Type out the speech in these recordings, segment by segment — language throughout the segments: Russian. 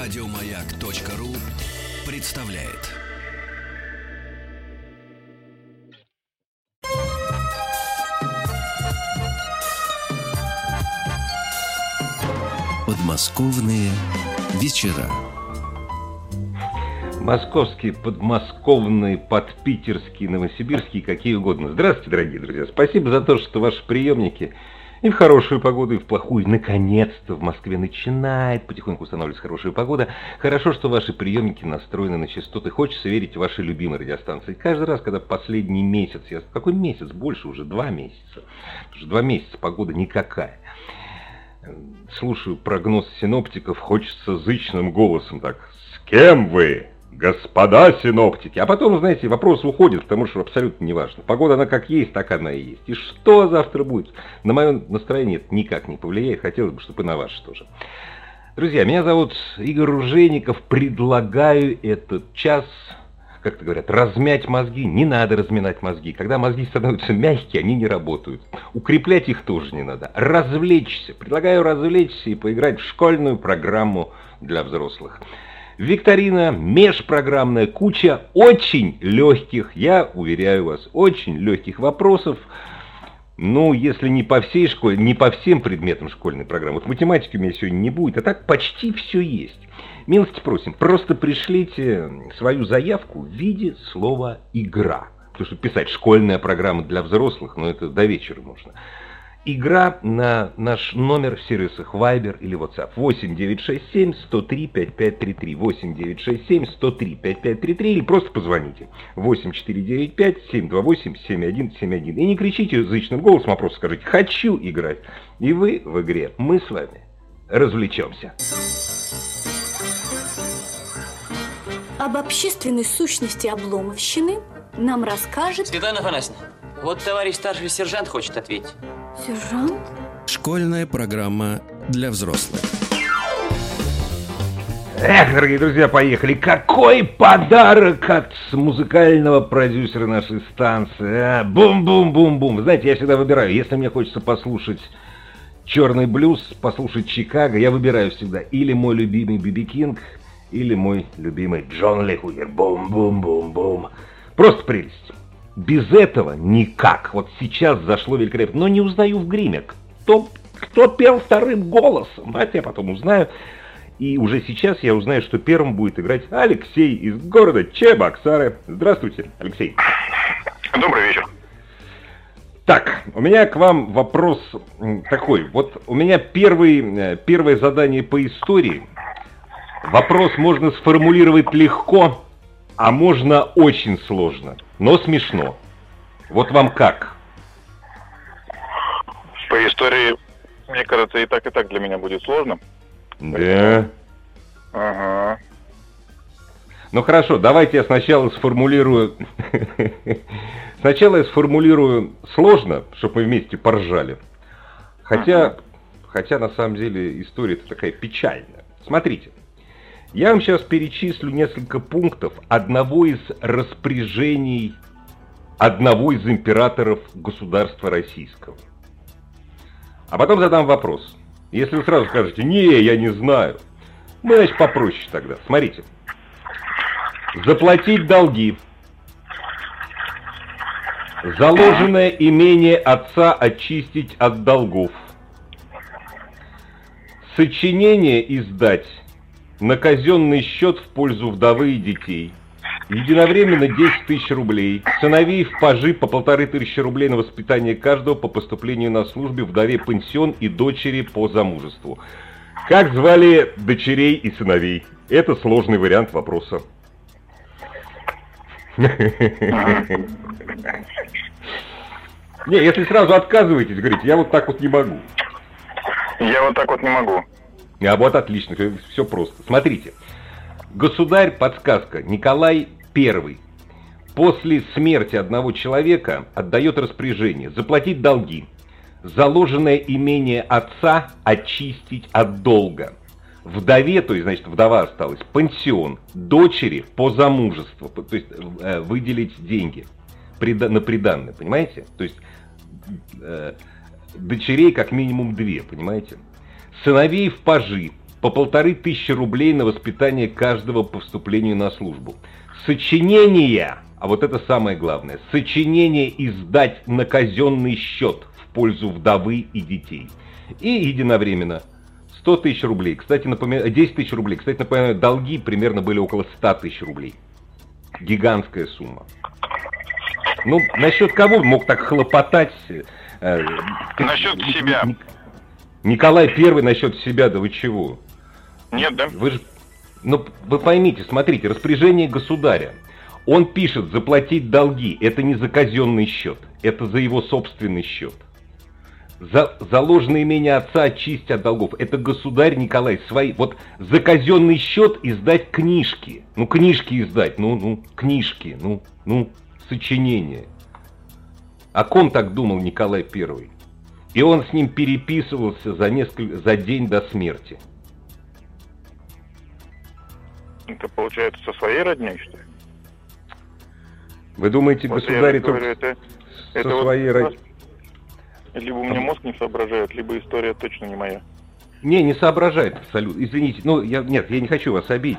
Радиомаяк.ру представляет. Подмосковные вечера. Московские, подмосковные, подпитерские, новосибирские, какие угодно. Здравствуйте, дорогие друзья. Спасибо за то, что ваши приемники и в хорошую погоду, и в плохую, наконец-то в Москве начинает потихоньку устанавливаться хорошая погода. Хорошо, что ваши приемники настроены на частоты. Хочется верить в ваши любимые радиостанции. Каждый раз, когда последний месяц, какой месяц? Больше уже, 2 месяца. Уже 2 месяца погода никакая. Слушаю прогноз синоптиков, хочется зычным голосом так: «С кем вы, господа синоптики?» А потом, знаете, вопрос уходит, потому что абсолютно неважно. Погода, она как есть, так она и есть. И что завтра будет? На мое настроение это никак не повлияет. Хотелось бы, чтобы и на ваше тоже. Друзья, меня зовут Игорь Ружейников. Предлагаю этот час, как-то говорят, размять мозги. Не надо разминать мозги. Когда мозги становятся мягкие, они не работают. Укреплять их тоже не надо. Развлечься. Предлагаю развлечься и поиграть в школьную программу для взрослых. Викторина межпрограммная, куча очень легких, я уверяю вас, очень легких вопросов. Ну, если не по всей школе, не по всем предметам школьной программы. Вот математики у меня сегодня не будет, а так почти все есть. Милости просим, просто пришлите свою заявку в виде слова «игра». Потому что писать «школьная программа для взрослых», но это до вечера можно. Игра на наш номер в сервисах Viber или WhatsApp 8-967-103-5533, 8-967-103-5533, или просто позвоните 8-495-728-7171. И не кричите зычным голосом, а просто скажите «хочу играть». И вы в игре, мы с вами развлечемся. Об общественной сущности обломовщины нам расскажет... Светлана Афанасьевна, вот товарищ старший сержант хочет ответить. Сержант? Школьная программа для взрослых. Эх, дорогие друзья, поехали. Какой подарок от музыкального продюсера нашей станции. Бум-бум-бум-бум. Знаете, я всегда выбираю, если мне хочется послушать черный блюз, послушать Чикаго, я выбираю всегда или мой любимый Би Би Кинг, или мой любимый Джон Ли Хукер. Бум-бум-бум-бум. Просто прелесть. Без этого никак. Вот сейчас зашло великолепно. Но не узнаю в гриме. Кто пел вторым голосом? Это я потом узнаю. И уже сейчас я узнаю, что первым будет играть Алексей из города Чебоксары. Здравствуйте, Алексей. Добрый вечер. Так, у меня к вам вопрос такой. Вот у меня первое задание по истории. Вопрос можно сформулировать легко, а можно очень сложно, но смешно. Вот вам как? По истории, мне кажется, и так для меня будет сложно. Да. Ага. Ну хорошо, давайте я сначала сформулирую... Сначала я сформулирую сложно, чтобы мы вместе поржали. Хотя на самом деле история-то такая печальная. Смотрите. Я вам сейчас перечислю несколько пунктов одного из распоряжений одного из императоров государства российского. А потом задам вопрос. Если вы сразу скажете «не, я не знаю», мы, значит, попроще тогда. Смотрите. Заплатить долги. Заложенное имение отца очистить от долгов. Сочинение издать на казенный счет в пользу вдовы и детей. Единовременно 10 тысяч рублей. Сыновей в пажи по 1500 рублей на воспитание каждого по поступлению на службе, вдове пенсион и дочери по замужеству. Как звали дочерей и сыновей? Это сложный вариант вопроса. Не, если сразу отказываетесь, говорите, я вот так вот не могу. Я вот так вот не могу. А вот отлично, все просто. Смотрите. Государь, подсказка, Николай I после смерти одного человека отдает распоряжение заплатить долги, заложенное имение отца очистить от долга, вдове, то есть, значит, вдова осталась, пенсион, дочери по замужеству, то есть выделить деньги на приданное, понимаете? То есть дочерей как минимум 2, понимаете? Сыновей в пажи по 1500 рублей на воспитание каждого по вступлению на службу. Сочинение, а вот это самое главное, сочинение издать на казенный счет в пользу вдовы и детей. И единовременно 100 тысяч рублей. Кстати, 10 тысяч рублей. Кстати, напоминаю, долги примерно были около 100 тысяч рублей. Гигантская сумма. Ну, насчет кого мог так хлопотать? Насчет себя. Николай I насчет себя, да вы чего? Нет, да? Вы же, ну, вы поймите, смотрите, распоряжение государя. Он пишет заплатить долги. Это не за казенный счет, это за его собственный счет. Заложенное имение отца очистить от долгов. Это государь Николай свои. Вот за казенный счет издать книжки. Ну, книжки издать. Книжки. Сочинения. О ком так думал Николай I? И он с ним переписывался за день до смерти. Это получается со своей родней, что ли? Вы думаете, Вот государь это со вот своей родней? Либо у меня мозг не соображает, либо история точно не моя. Не соображает абсолютно. Извините, я не хочу вас обидеть.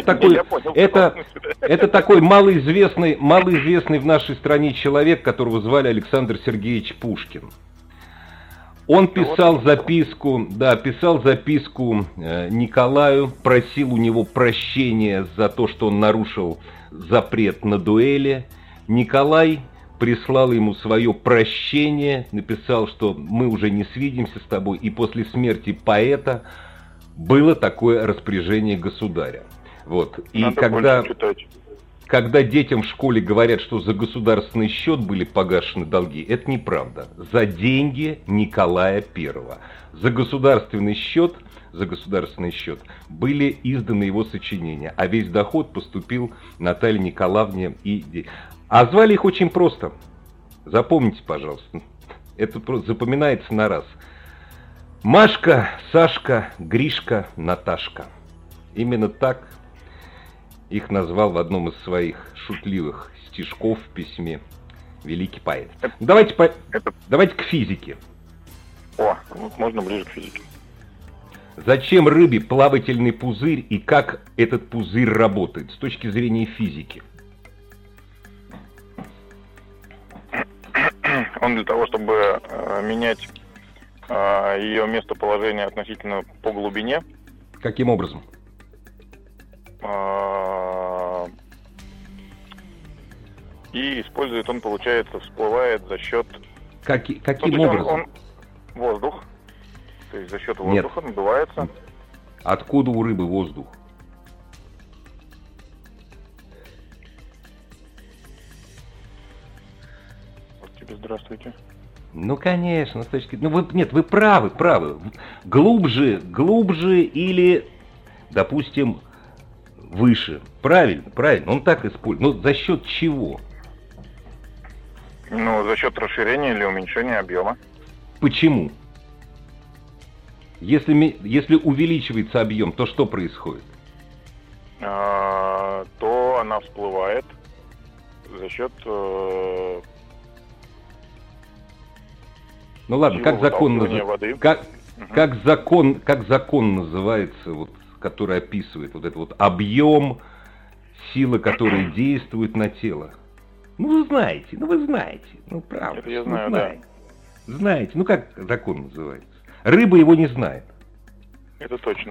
Это такой малоизвестный в нашей стране человек, которого звали Александр Сергеевич Пушкин. Он писал записку Николаю, просил у него прощения за то, что он нарушил запрет на дуэли. Николай прислал ему свое прощение, написал, что мы уже не свидимся с тобой, и после смерти поэта было такое распоряжение государя. Вот. И когда детям в школе говорят, что за государственный счет были погашены долги, это неправда. За деньги Николая I. За государственный счет были изданы его сочинения, а весь доход поступил Наталье Николаевне и... А звали их очень просто. Запомните, пожалуйста. Это запоминается на раз. Машка, Сашка, Гришка, Наташка. Именно так их назвал в одном из своих шутливых стишков в письме великий поэт. Давайте к физике. Вот можно ближе к физике. Зачем рыбе плавательный пузырь и как этот пузырь работает с точки зрения физики? Он для того, чтобы менять ее местоположение относительно по глубине. Каким образом? И использует он, получается, всплывает за счет... Каким образом? Воздух. То есть за счет воздуха надувается. Откуда у рыбы воздух? Здравствуйте. Ну, конечно, с точки... вы правы. Глубже или, допустим, выше. Правильно. Он так использует. Но за счет чего? За счет расширения или уменьшения объема. Почему? Если увеличивается объем, то что происходит? То она всплывает за счет... Ну ладно, как закон называется, вот, который описывает вот этот вот объем, сила, которая действует на тело? Вы знаете, правда. Это я знаю, да. Знаете, как закон называется? Рыба его не знает. Это точно.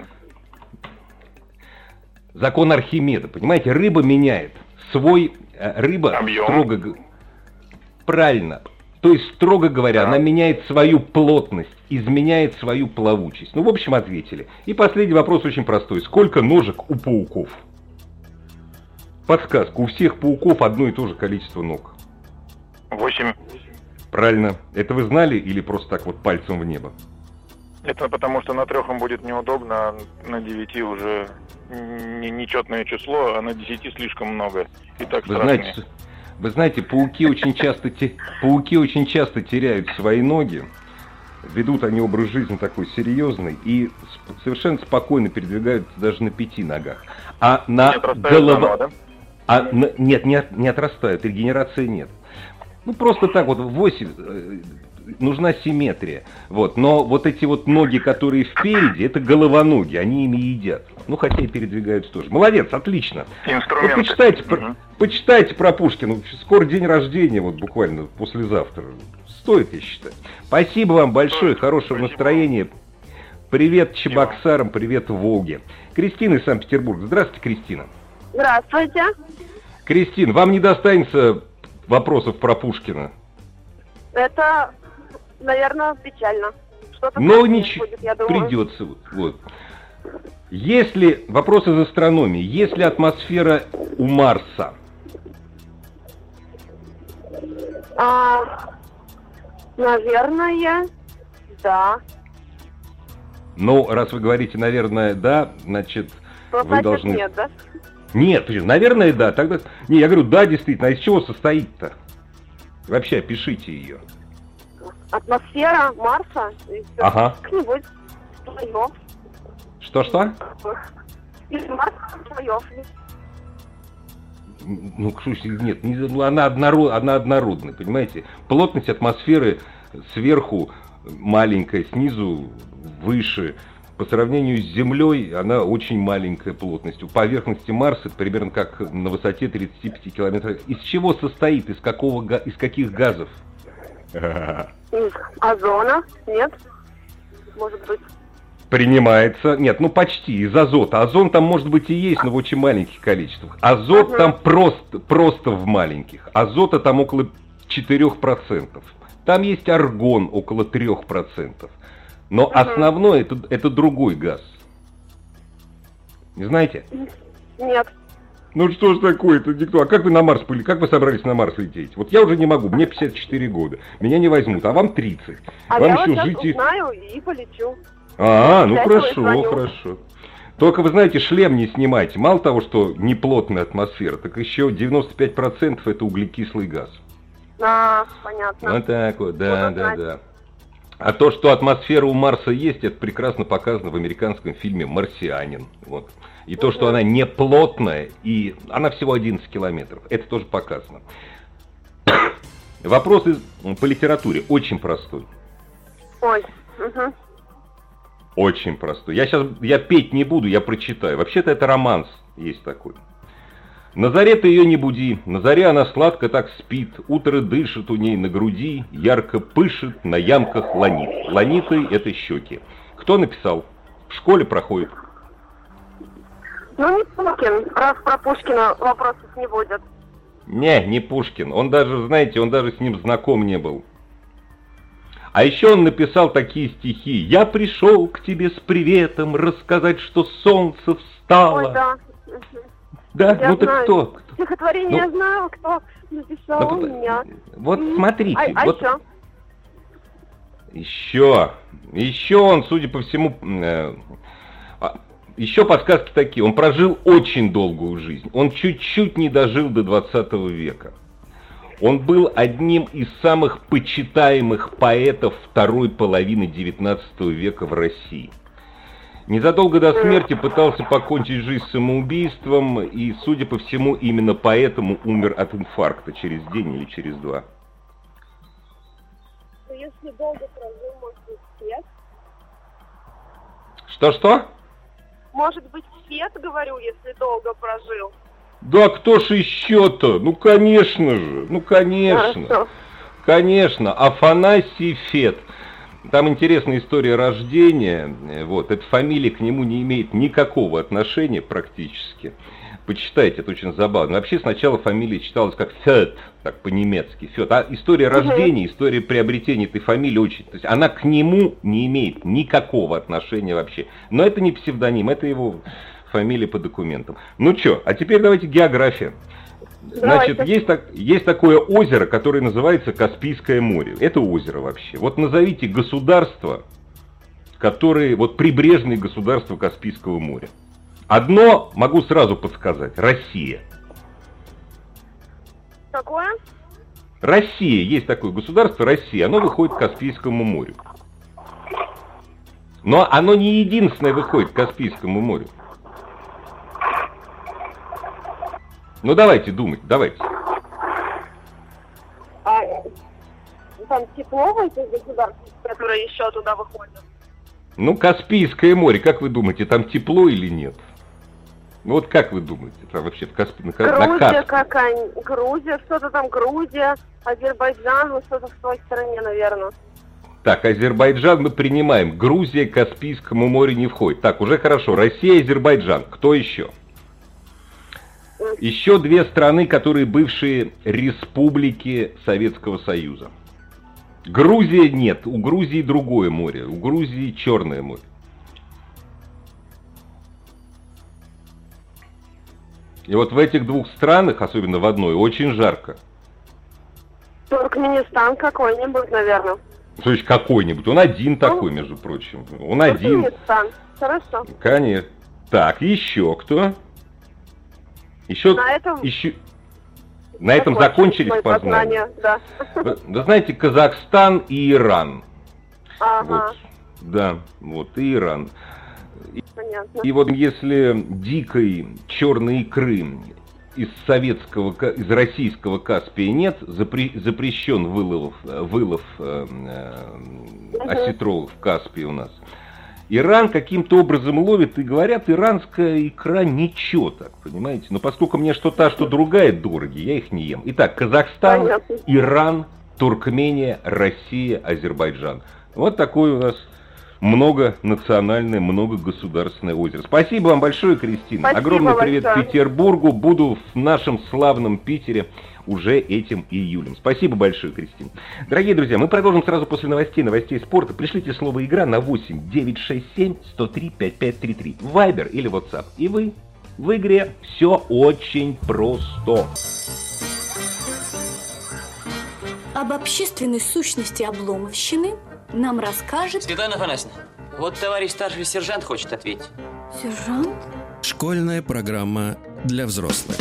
Закон Архимеда, понимаете, рыба меняет рыба объем. Строго... Правильно. То есть, строго говоря, она меняет свою плотность, изменяет свою плавучесть. В общем, ответили. И последний вопрос очень простой. Сколько ножек у пауков? Подсказка. У всех пауков одно и то же количество ног. 8. Правильно. Это вы знали или просто так вот пальцем в небо? Это потому, что на 3 будет неудобно, а на 9 уже нечетное число, а на 10 слишком много. И так страшнее. Вы знаете, пауки очень часто теряют свои ноги, ведут они образ жизни такой серьезный и совершенно спокойно передвигаются даже на 5 ногах. А на голова... Нет, не отрастают, регенерации нет. Просто так вот 8, нужна симметрия. Вот. Но вот эти вот ноги, которые впереди, это головоноги, они ими едят. Ну, хотя и передвигаются тоже. Молодец, отлично. Инструменты. Вот почитайте про Пушкина. Скоро день рождения, вот буквально послезавтра. Стоит, я считаю. Спасибо вам большое, хорошего настроения. Привет Чебоксарам, привет Волге. Кристина из Санкт-Петербурга. Здравствуйте, Кристина. Здравствуйте. Кристина, вам не достанется вопросов про Пушкина? Это, наверное, печально. Что-то Но ничего, будет, я думаю. придется. Вот. Если, вопрос из астрономии, есть ли атмосфера у Марса? Наверное, да. Ну, раз вы говорите, наверное, да, значит, То вы значит должны... нет, да? Нет, наверное, да. Тогда... Не, я говорю, да, действительно. А из чего состоит-то? Вообще, опишите ее. Атмосфера Марса. Ага. Как-нибудь слоев. Что? Из Марса слоев. Ну, нет, она однородная, понимаете? Плотность атмосферы сверху маленькая, снизу выше. По сравнению с Землей, она очень маленькая плотность. У поверхности Марса это примерно как на высоте 35 километров. Из чего состоит? Из каких газов? Из озона? Нет? Может быть. Принимается. Нет, ну почти. Из азота. Озон там может быть и есть, но в очень маленьких количествах. Азот там просто в маленьких. Азота там около 4%. Там есть аргон около 3%. Но основной это другой газ. Не знаете? Нет. Ну что ж такое-то, никто. А как вы на Марс были? Как вы собрались на Марс лететь? Вот я уже не могу, мне 54 года. Меня не возьмут, а вам 30. А вам я еще вот сейчас жить узнаю и полечу. Ну Для этого и хорошо. Только вы знаете, шлем не снимайте. Мало того, что неплотная атмосфера, так еще 95% это углекислый газ. Понятно. Вот так вот, да. А то, что атмосфера у Марса есть, это прекрасно показано в американском фильме «Марсианин». Вот. И то, что она не плотная, и она всего 11 километров, это тоже показано. Вопрос по литературе очень простой. Ой. Очень простой. Я петь не буду, я прочитаю. Вообще-то это романс есть такой. На заре ты ее не буди, на заре она сладко так спит, утро дышит у ней на груди, ярко пышет, на ямках ланит. Ланиты — это щеки. Кто написал? В школе проходит. Ну, не Пушкин. Раз про Пушкина вопросов не будет. Не Пушкин. Он даже с ним знаком не был. А еще он написал такие стихи. «Я пришел к тебе с приветом рассказать, что солнце встало». Ой, да. Да, Я ну так знаю. кто? Стихотворение я знаю, кто написал у меня. Вот смотрите. А Еще он, судя по всему, еще подсказки такие. Он прожил очень долгую жизнь. Он чуть-чуть не дожил до 20 века. Он был одним из самых почитаемых поэтов второй половины 19 века в России. Незадолго до смерти пытался покончить жизнь самоубийством, и, судя по всему, именно поэтому умер от инфаркта через день или через два. Если долго прожил, может быть, свет? Что? Может быть, свет, говорю, если долго прожил. Да кто ж еще-то? Ну, конечно же, Хорошо. Конечно, Афанасий Фет. Там интересная история рождения. Вот, эта фамилия к нему не имеет никакого отношения практически. Почитайте, это очень забавно. Вообще сначала фамилия читалась как Фет, так по-немецки, Фет. А история рождения, история приобретения этой фамилии очень... То есть она к нему не имеет никакого отношения вообще. Но это не псевдоним, это его фамилия по документам. Ну что, а теперь давайте география. Значит, есть такое озеро, которое называется Каспийское море. Это озеро вообще. Вот назовите государства, которые... Вот прибрежные государства Каспийского моря. Одно могу сразу подсказать. Россия. Какое? Россия. Есть такое государство, Россия. Оно выходит к Каспийскому морю. Но оно не единственное выходит к Каспийскому морю. Ну давайте думать, давайте. Там тепло в этих государствах, которые еще туда выходят? Ну, Каспийское море, как вы думаете, там тепло или нет? Ну, вот как вы думаете, там вообще в Каспии, на Грузия какая-нибудь, Грузия, что-то там, Грузия, Азербайджан, ну что-то в той стороне, наверное. Так, Азербайджан мы принимаем, Грузия к Каспийскому морю не входит. Так, уже хорошо, Россия, Азербайджан, кто еще? Еще две страны, которые бывшие республики Советского Союза. Грузия нет, у Грузии другое море, у Грузии Черное море. И вот в этих двух странах, особенно в одной, очень жарко. Туркменистан какой-нибудь, наверное. То есть какой-нибудь, он один такой, между прочим. Он один. Туркменистан, хорошо. Конечно. Так, еще кто? Еще... На этом закончились познания. Да. Вы знаете, Казахстан и Иран. Ага. Вот. Да, вот, и Иран. Понятно. И вот если дикой черной икры из российского Каспия нет, запрещен вылов осетровых в Каспии у нас. Иран каким-то образом ловит, и говорят, иранская икра ничего так, понимаете? Но поскольку мне что та, что другая дороги, я их не ем. Итак, Казахстан, понятно. Иран, Туркмения, Россия, Азербайджан. Вот такое у нас многонациональное, многогосударственное озеро. Спасибо вам большое, Кристина. Спасибо. Огромный привет большое. Петербургу. Буду в нашем славном Питере уже этим июлем. Спасибо большое, Кристина. Дорогие друзья, мы продолжим сразу после новостей спорта. Пришлите слово «Игра» на 8 967 103 5533. Вайбер или WhatsApp. И вы в игре. Все очень просто. Об общественной сущности обломовщины нам расскажет Светлана Афанасьевна, вот товарищ старший сержант хочет ответить. сержант. Школьная программа для взрослых.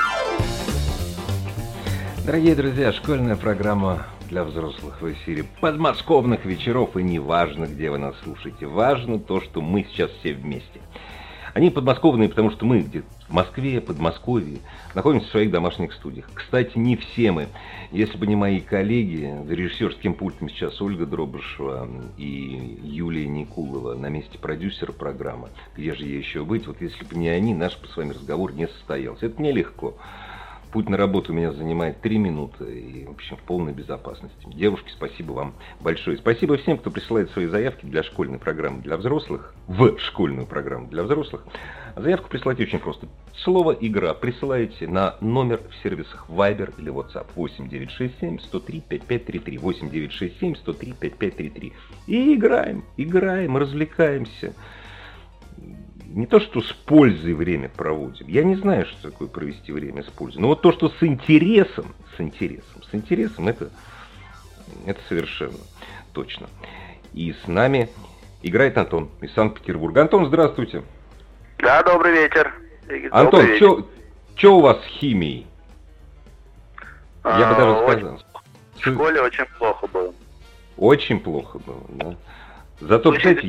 Дорогие друзья, школьная программа для взрослых в эфире подмосковных вечеров, и не важно, где вы нас слушаете, важно то, что мы сейчас все вместе. Они подмосковные, потому что мы где-то в Москве, Подмосковье, находимся в своих домашних студиях. Кстати, не все мы. Если бы не мои коллеги, за режиссерским пультом сейчас Ольга Дробышева и Юлия Никулова на месте продюсера программы, где же ей еще быть, вот если бы не они, наш с вами разговор не состоялся. Это нелегко. Путь на работу у меня занимает 3 минуты и, в общем, в полной безопасности. Девушки, спасибо вам большое. Спасибо всем, кто присылает свои заявки для школьной программы для взрослых, в школьную программу для взрослых. Заявку присылать очень просто. Слово «Игра» присылаете на номер в сервисах Viber или WhatsApp 8 967 103 5533. 8 967 103 5533. И играем, развлекаемся. Не то, что с пользой время проводим. Я не знаю, что такое провести время с пользой. Но вот то, что с интересом, это совершенно точно. И с нами играет Антон из Санкт-Петербурга. Антон, здравствуйте. Да, добрый вечер. Антон, что у вас с химией? Я бы даже сказал. В школе очень плохо было. Очень плохо было, да. Зато, кстати,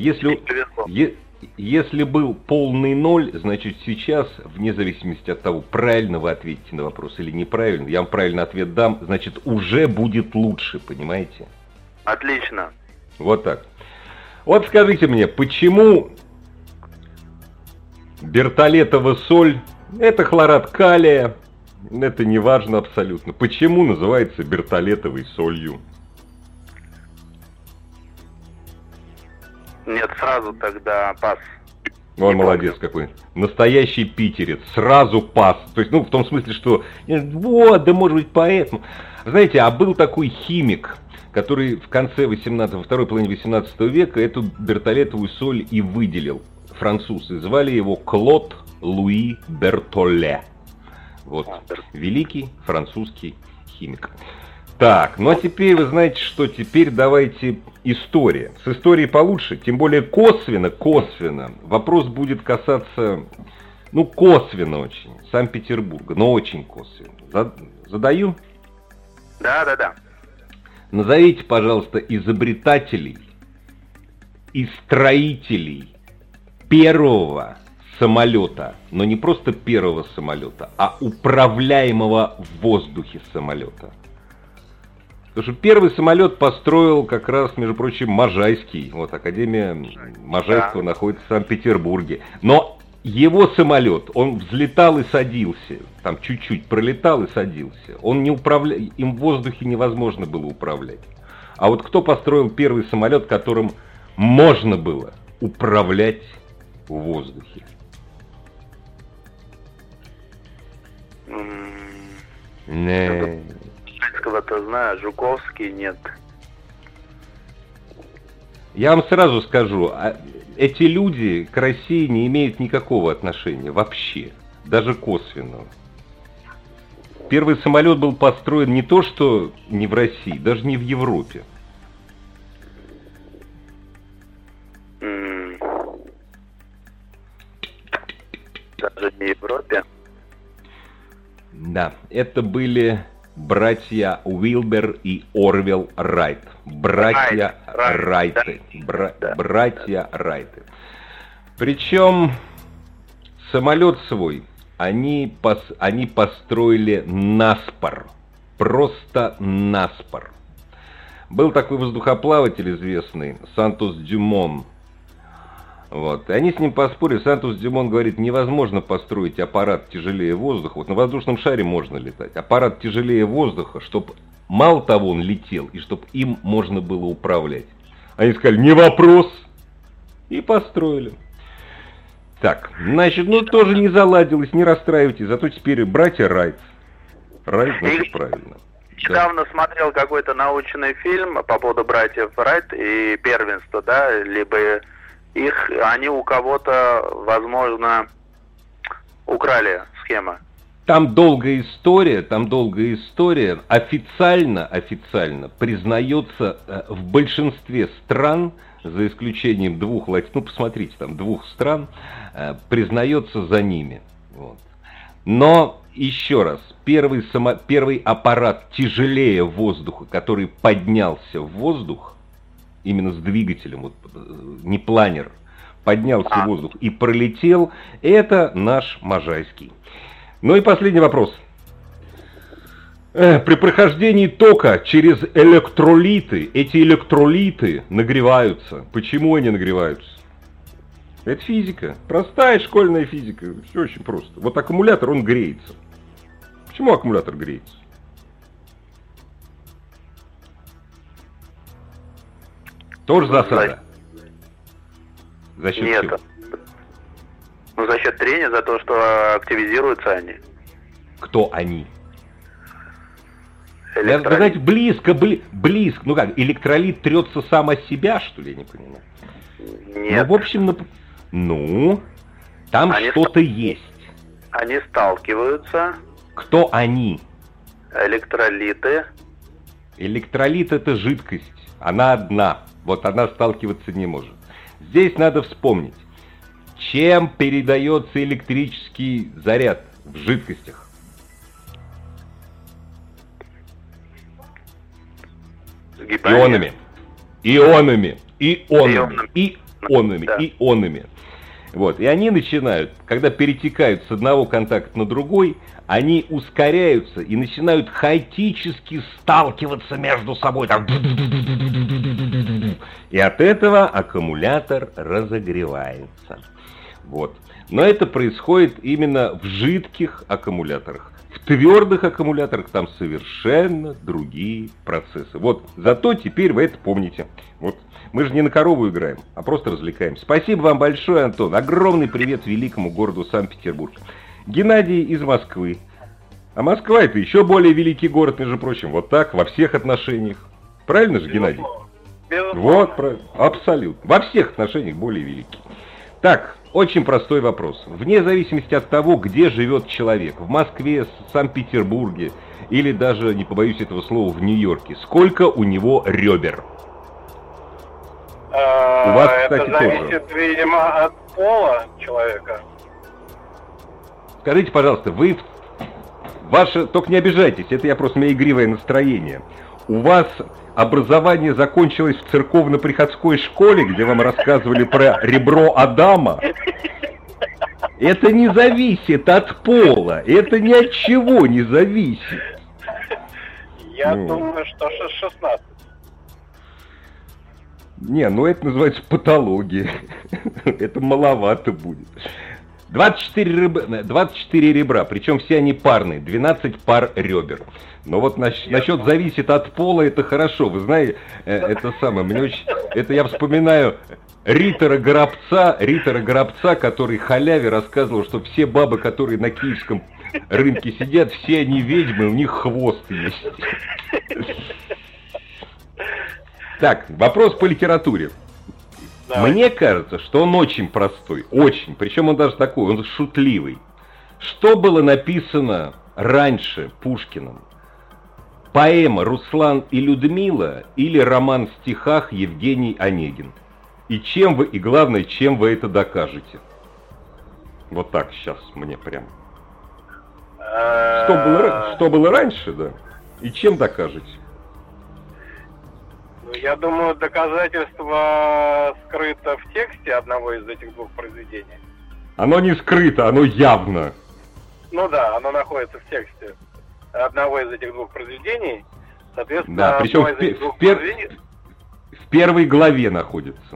если был полный ноль, значит сейчас, вне зависимости от того, правильно вы ответите на вопрос или неправильно, я вам правильный ответ дам, значит уже будет лучше, понимаете? Отлично. Вот так. Вот скажите мне, почему бертолетова соль, это хлорид калия, это не важно абсолютно, почему называется бертолетовой солью? Нет, сразу тогда пас. Он молодец какой. Настоящий питерец. Сразу пас. То есть, в том смысле, что вот, да может быть поэтому. Знаете, а был такой химик, который в конце второй половины 18 века эту бертолетовую соль и выделил. Французы. Звали его Клод Луи Бертоле. Вот. Великий французский химик. Так, ну а теперь вы знаете, что теперь давайте история. С историей получше, тем более косвенно. Вопрос будет касаться, косвенно очень, Санкт-Петербурга, но очень косвенно. Задаю? Да. Назовите, пожалуйста, изобретателей и строителей первого самолета, но не просто первого самолета, а управляемого в воздухе самолета. Потому что первый самолет построил как раз, между прочим, Можайский. Вот, Академия Можайского находится в Санкт-Петербурге. Но его самолет, он взлетал и садился. Там чуть-чуть пролетал и садился. Он не им в воздухе невозможно было управлять. А вот кто построил первый самолет, которым можно было управлять в воздухе? Не. Кого-то знаю, Жуковский нет. Я вам сразу скажу, эти люди к России не имеют никакого отношения вообще, даже косвенного. Первый самолет был построен не то что не в России, даже не в Европе. Даже не в Европе? Да, это были братья Уилбер и Орвилл Райт. Братья Райты. Братья Райты. Причем самолет свой они построили наспор. Просто наспор. Был такой воздухоплаватель известный, Сантос-Дюмон. Вот. И они с ним поспорили. Сантос-Дюмон говорит, невозможно построить аппарат тяжелее воздуха. Вот на воздушном шаре можно летать. Аппарат тяжелее воздуха, чтобы мало того он летел, и чтобы им можно было управлять. Они сказали, не вопрос. И построили. Так, значит, ну тоже не заладилось, не расстраивайтесь. Зато теперь братья Райт. Райт, значит, правильно. Недавно смотрел какой-то научный фильм по поводу братьев Райт и первенства, да, либо... они у кого-то, возможно, украли схемы. Там долгая история, официально признается в большинстве стран, за исключением двух стран, признается за ними. Вот. Но, еще раз, первый аппарат тяжелее воздуха, который поднялся в воздух, именно с двигателем, вот, не планер, поднялся в воздух и пролетел, это наш Можайский. Ну и последний вопрос. При прохождении тока через электролиты, эти электролиты нагреваются. Почему они нагреваются? Это физика, простая школьная физика, все очень просто. Вот аккумулятор, он греется. Почему аккумулятор греется? Тоже засада. За счет Нет. чего? Ну, за счет трения, за то, что активизируются они. Кто они? Вы знаете, близко. Ну как, электролит трется сам о себя, что ли, я не понимаю? Нет. Ну, в общем, там что-то есть. Они сталкиваются. Кто они? Электролиты. Электролит — это жидкость. Она одна. Вот она сталкиваться не может. Здесь надо вспомнить, чем передается электрический заряд в жидкостях. Ионами. Вот. И они начинают, когда перетекают с одного контакта на другой, они ускоряются и начинают хаотически сталкиваться между собой. Так. И от этого аккумулятор разогревается. Вот. Но это происходит именно в жидких аккумуляторах. В твердых аккумуляторах там совершенно другие процессы. Вот, зато теперь вы это помните. Вот. Мы же не на корову играем, а просто развлекаемся. Спасибо вам большое, Антон. Огромный привет великому городу Санкт-Петербург. Геннадий из Москвы. А Москва — это еще более великий город, между прочим. Вот так, во всех отношениях. Правильно же, Геннадий? Вот, правильно. Абсолютно. Во всех отношениях более великий. Так, очень простой вопрос. Вне зависимости от того, где живет человек, в Москве, в Санкт-Петербурге или даже, не побоюсь этого слова, в Нью-Йорке, сколько у него ребер? У вас, кстати, это зависит, тоже. видимо, от пола человека. Скажите, пожалуйста, только не обижайтесь, это я просто, у меня игривое настроение. У вас образование закончилось в церковно-приходской школе, где вам рассказывали про ребро Адама? Это не зависит от пола, это ни от чего не зависит. Я думаю, что 16. Не, ну это называется патология. Это маловато будет. 24 ребра, причем все они парные, 12 пар ребер. Но вот насчет зависит от пола, это хорошо. Вы знаете, это самое, мне очень... Это я вспоминаю Риттера Горобца, который халяве рассказывал, что все бабы, которые на киевском рынке сидят, все они ведьмы, у них хвост есть. Так, вопрос по литературе. Давай. Мне кажется, что он очень простой, очень, причем он даже такой, он шутливый. Что было написано раньше Пушкиным? Поэма «Руслан и Людмила» или роман в стихах Евгений Онегин? И чем вы, и главное, чем вы это докажете? Вот так сейчас мне прям. Что было раньше, да? И чем докажете? Я думаю, доказательство скрыто в тексте одного из этих двух произведений. Оно не скрыто, оно явно. Ну да, оно находится в тексте одного из этих двух произведений. Соответственно, да, причем в первой главе находится.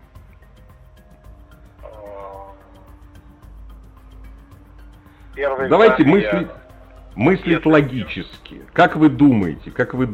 Давайте мыслить логически. Как вы думаете?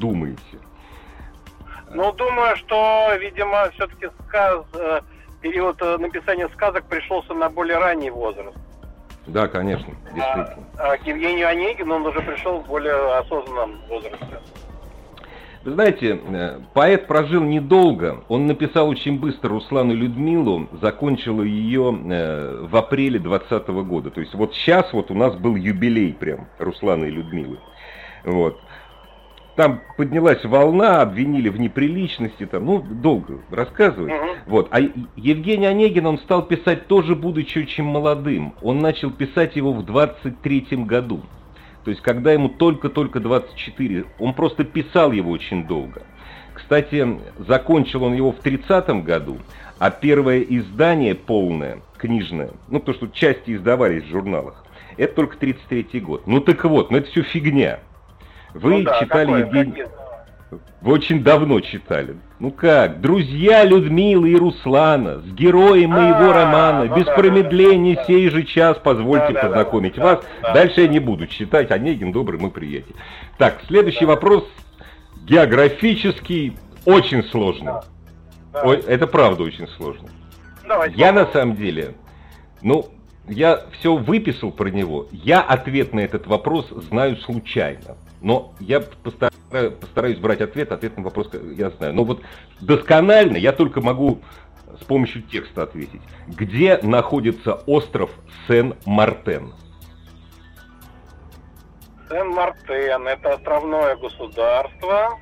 Ну, думаю, что, видимо, все-таки период написания сказок пришелся на более ранний возраст. Да, конечно, действительно. А к Евгению Онегину он уже пришел в более осознанном возрасте. Вы знаете, поэт прожил недолго, он написал очень быстро «Руслану и Людмилу», закончил ее в апреле 2020 года. То есть вот сейчас вот у нас был юбилей прям Руслана и Людмилы. Вот. Там поднялась волна, обвинили в неприличности, там, ну, долго рассказывать. Вот. А Евгений Онегин, он стал писать тоже, будучи очень молодым. Он начал писать его в 23-м году. То есть, когда ему только-только 24, он просто писал его очень долго. Кстати, закончил он его в 30-м году, а первое издание полное, книжное, ну, то, что части издавались в журналах, это только 33-й год. Ну, так вот, ну, это все фигня. Вы читали Евгений... Вы очень давно читали. Ну как? «Друзья Людмилы и Руслана, с героем моего романа, без промедления сей же час позвольте познакомить вас». Дальше я не буду читать. Онегин, добрый мой приятель. Так, следующий вопрос географический, очень сложный. Ой, это правда очень сложно. Я на самом деле, я все выписал про него. Я ответ на этот вопрос знаю случайно. Но я постараюсь брать ответ на вопрос я знаю. Но вот досконально я только могу с помощью текста ответить. Где находится остров Сен-Мартен? Сен-Мартен — это островное государство,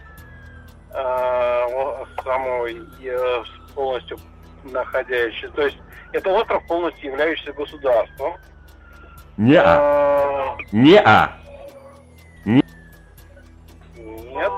само полностью находящееся. То есть это остров, полностью являющийся государством. Неа. Нет.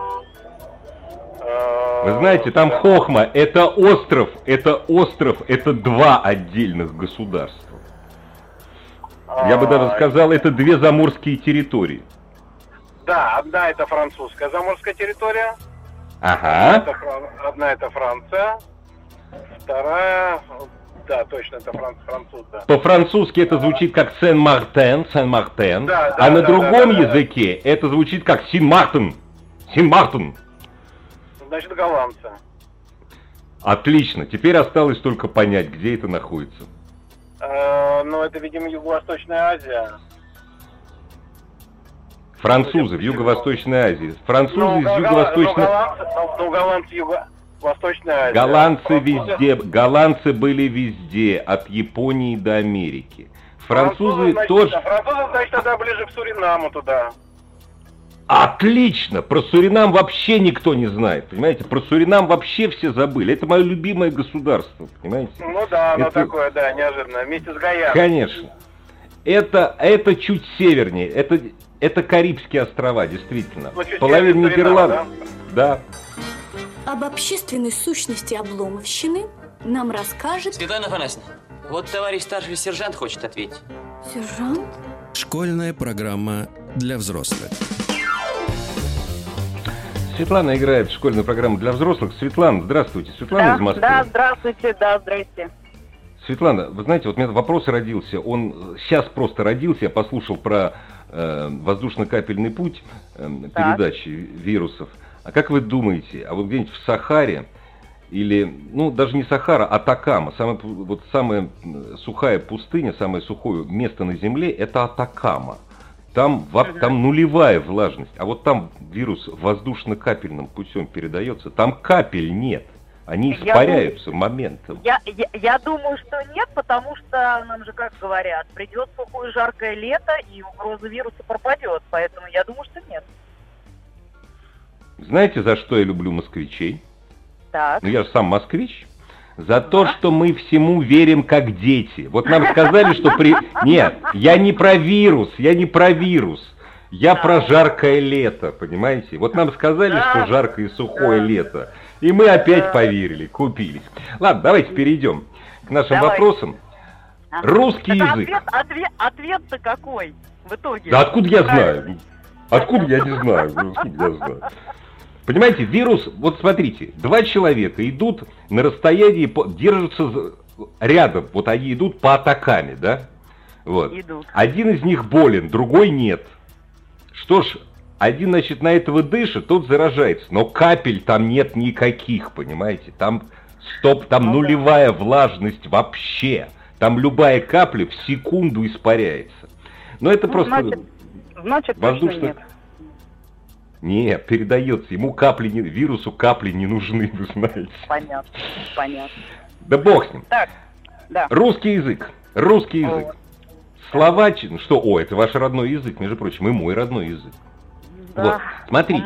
Вы знаете, там хохма, это остров, это два отдельных государства. Я бы даже сказал, это две заморские территории. Да, одна это французская заморская территория. Ага. Одна это Франция, вторая... Да, точно, это француз, да. По-французски это звучит как Сен-Мартен, а на другом языке это звучит как Син-Мартен. Значит, голландцы. Отлично, теперь осталось только понять, где это находится. Ну, это, видимо, Юго-Восточная Азия. Французы в Юго-Восточной Азии. Французы из Юго-Восточной... голландцы Юго-Восточная Азия. Голландцы везде, голландцы были везде, от Японии до Америки. Французы тоже... Французы, значит, тогда ближе к Суринаму туда. Отлично! Про Суринам вообще никто не знает, понимаете? Про Суринам вообще все забыли. Это мое любимое государство, понимаете? Ну да, оно такое, да, неожиданно, вместе с Гаяной. Конечно. Это чуть севернее, это Карибские острова, действительно. Половина Нидерландов. Да. Об общественной сущности обломовщины нам расскажет... Светлана Афанасьевна, вот товарищ старший сержант хочет ответить. Сержант? Школьная программа для взрослых. Светлана играет в школьную программу для взрослых. Светлана, здравствуйте. Светлана из Москвы. Да, здравствуйте, здрасте. Светлана, вы знаете, вот у меня вопрос родился. Он сейчас просто родился. Я послушал про воздушно-капельный путь передачи вирусов. А как вы думаете, а вот где-нибудь в Сахаре или, ну, даже не Сахара, а Атакама, самая сухая пустыня, самое сухое место на Земле — это Атакама. Там нулевая влажность, а вот там вирус воздушно-капельным путем передается, там капель нет, они испаряются моментом. Я думаю, что нет, потому что нам же, как говорят, придет сухое жаркое лето и угроза вируса пропадет, поэтому я думаю, что нет. Знаете, за что я люблю москвичей? Так. Ну я же сам москвич. За то, что мы всему верим как дети. Вот нам сказали, что Нет, я не про вирус. Я про жаркое лето, понимаете? Вот нам сказали, что жаркое и сухое лето. И мы опять поверили, купились. Ладно, давайте перейдем к нашим вопросам. Русский язык. Ответ-то какой в итоге? Да откуда я знаю? Откуда я не знаю? Понимаете, вирус, вот смотрите, два человека идут на расстоянии, держатся рядом, вот они идут по Атакаме, да? Вот. Идут. Один из них болен, другой нет. Что ж, один, значит, на этого дышит, тот заражается, но капель там нет никаких, понимаете? Там нулевая влажность вообще. Там любая капля в секунду испаряется. Но это просто... Значит, воздушно... нет. Нет, передается. Ему вирусу капли не нужны, вы знаете. Понятно. Да бог с ним. Так, да. Русский язык. Слова, это ваш родной язык, между прочим, и мой родной язык. Да, вот, смотрите.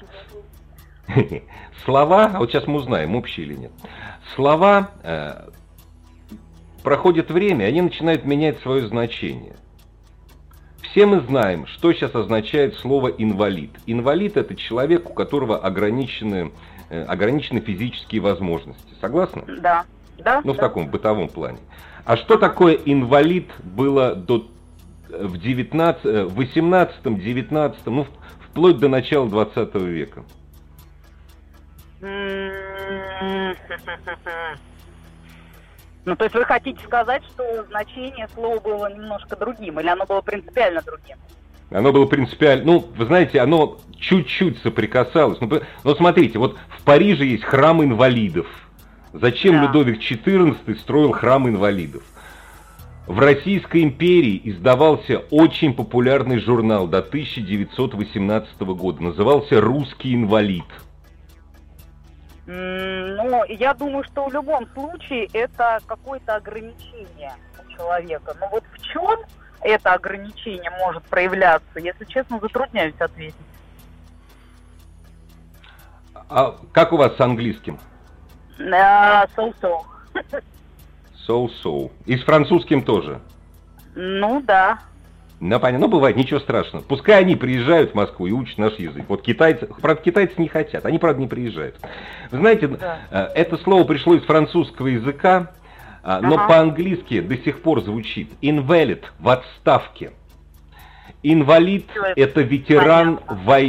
Слова, вот сейчас мы узнаем, общие или нет. Слова, проходит время, они начинают менять свое значение. Все мы знаем, что сейчас означает слово «инвалид». Инвалид — это человек, у которого ограничены физические возможности. Согласны? Да. Ну, в таком бытовом плане. А что такое инвалид было в 18-м, 19-м, ну, вплоть до начала 20 века? Ну, то есть вы хотите сказать, что значение слова было немножко другим, или оно было принципиально другим? Оно было принципиально, ну, вы знаете, оно чуть-чуть соприкасалось. Ну, смотрите, вот в Париже есть храм инвалидов. Зачем Людовик XIV строил храм инвалидов? В Российской империи издавался очень популярный журнал до 1918 года. Назывался «Русский инвалид». Ну, я думаю, что в любом случае это какое-то ограничение у человека. Но вот в чем это ограничение может проявляться, если честно, затрудняюсь ответить. А как у вас с английским? So-so. So-so. И с французским тоже? Ну, да. Ну, понятно. Ну, бывает, ничего страшного. Пускай они приезжают в Москву и учат наш язык. Вот правда, китайцы не хотят. Они, правда, не приезжают. Вы знаете, это слово пришло из французского языка, но по-английски до сих пор звучит invalid, в отставке. Инвалид — это ветеран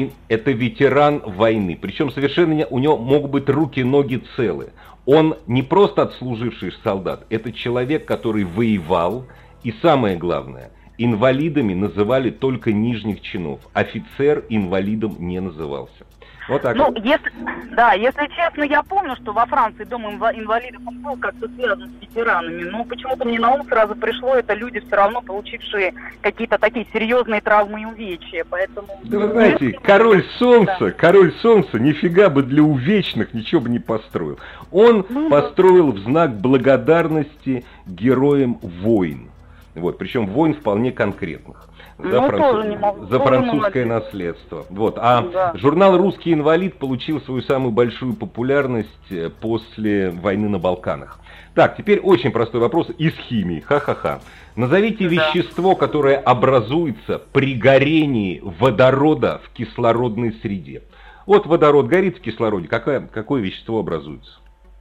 войны. Причем совершенно у него могут быть руки, ноги целы. Он не просто отслуживший солдат, это человек, который воевал. И самое главное, инвалидами называли только нижних чинов. Офицер инвалидом не назывался. Вот так. Ну, если честно, я помню, что во Франции дом инвалидов был как-то связан с ветеранами. Но почему-то мне на ум сразу пришло, это люди все равно получившие какие-то такие серьезные травмы и увечья. Поэтому... Да вы знаете, король солнца нифига бы для увечных ничего бы не построил. Он построил в знак благодарности героям войн. Вот, причем войн вполне конкретных. За французское наследство. Вот. Журнал «Русский инвалид» получил свою самую большую популярность после войны на Балканах. Так, теперь очень простой вопрос из химии. Ха-ха-ха. Назовите вещество, которое образуется при горении водорода в кислородной среде. Вот водород горит в кислороде. Какое вещество образуется?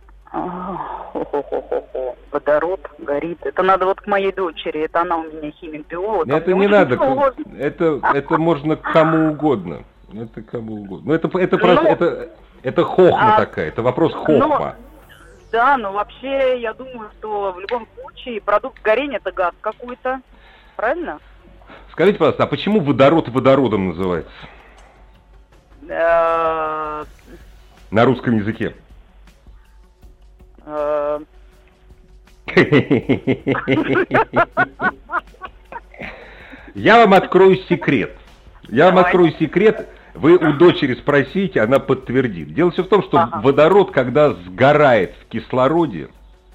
Водород горит. Это надо вот к моей дочери. Это она у меня химик-биолог. Это не надо. Это можно к кому угодно. Это кому угодно. Это просто, это хохма такая, это вопрос хохма. Да, но вообще я думаю, что в любом случае продукт горения это газ какой-то. Правильно? Скажите, пожалуйста, а почему водород водородом называется? На русском языке. Я вам открою секрет. Вы у дочери спросите, она подтвердит. Дело все в том, что водород, когда сгорает в кислороде,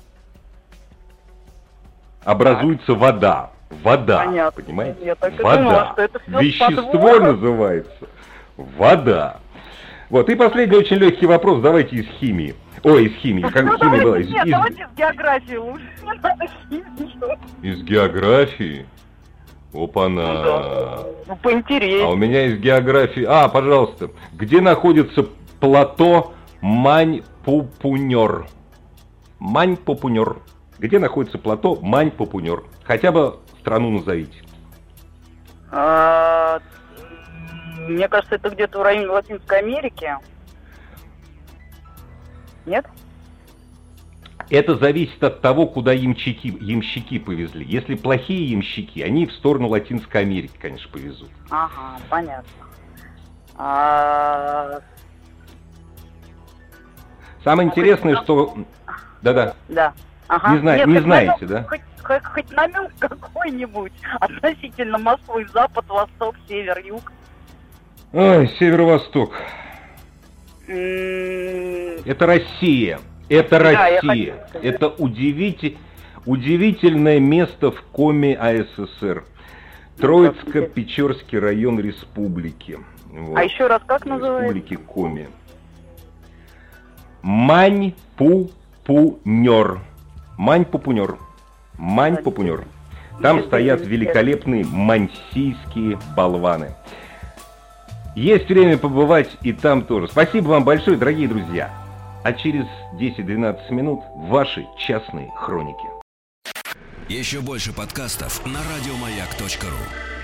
образуется вода. Вода, понятно. Понимаете? Я так вода. Думала, что это Вещество называется вода. Вот, и последний очень легкий вопрос, давайте из химии. Ой, из химии, как химия была? Давайте из географии лучше, не надо химию. Из географии? Опа-на. Ну, поинтереснее. А у меня из географии... пожалуйста. Где находится плато Мань-Пупунёр? Мань-Пупунёр. Где находится плато Мань-Пупунёр? Хотя бы страну назовите. Мне кажется, это где-то в районе Латинской Америки. Нет? Это зависит от того, куда ямщики повезли. Если плохие ямщики, они в сторону Латинской Америки, конечно, повезут. Ага, понятно. Самое интересное, что... Да-да. Да. Ага. Не знаете, да? Хоть намек какой-нибудь относительно Москвы, запад, восток, север, юг. Ой, северо-восток. Это Россия. Это Россия. Это удивительное место в коме АССР. Троицко-Печорский район республики. Вот. А еще раз как называется? Республики Коми. Мань-Пупунёр. Мань-Пупунёр. Мань-Пупунёр. Там стоят великолепные мансийские болваны. Есть время побывать и там тоже. Спасибо вам большое, дорогие друзья. А через 10-12 минут ваши частные хроники. Еще больше подкастов на радиомаяк.ру.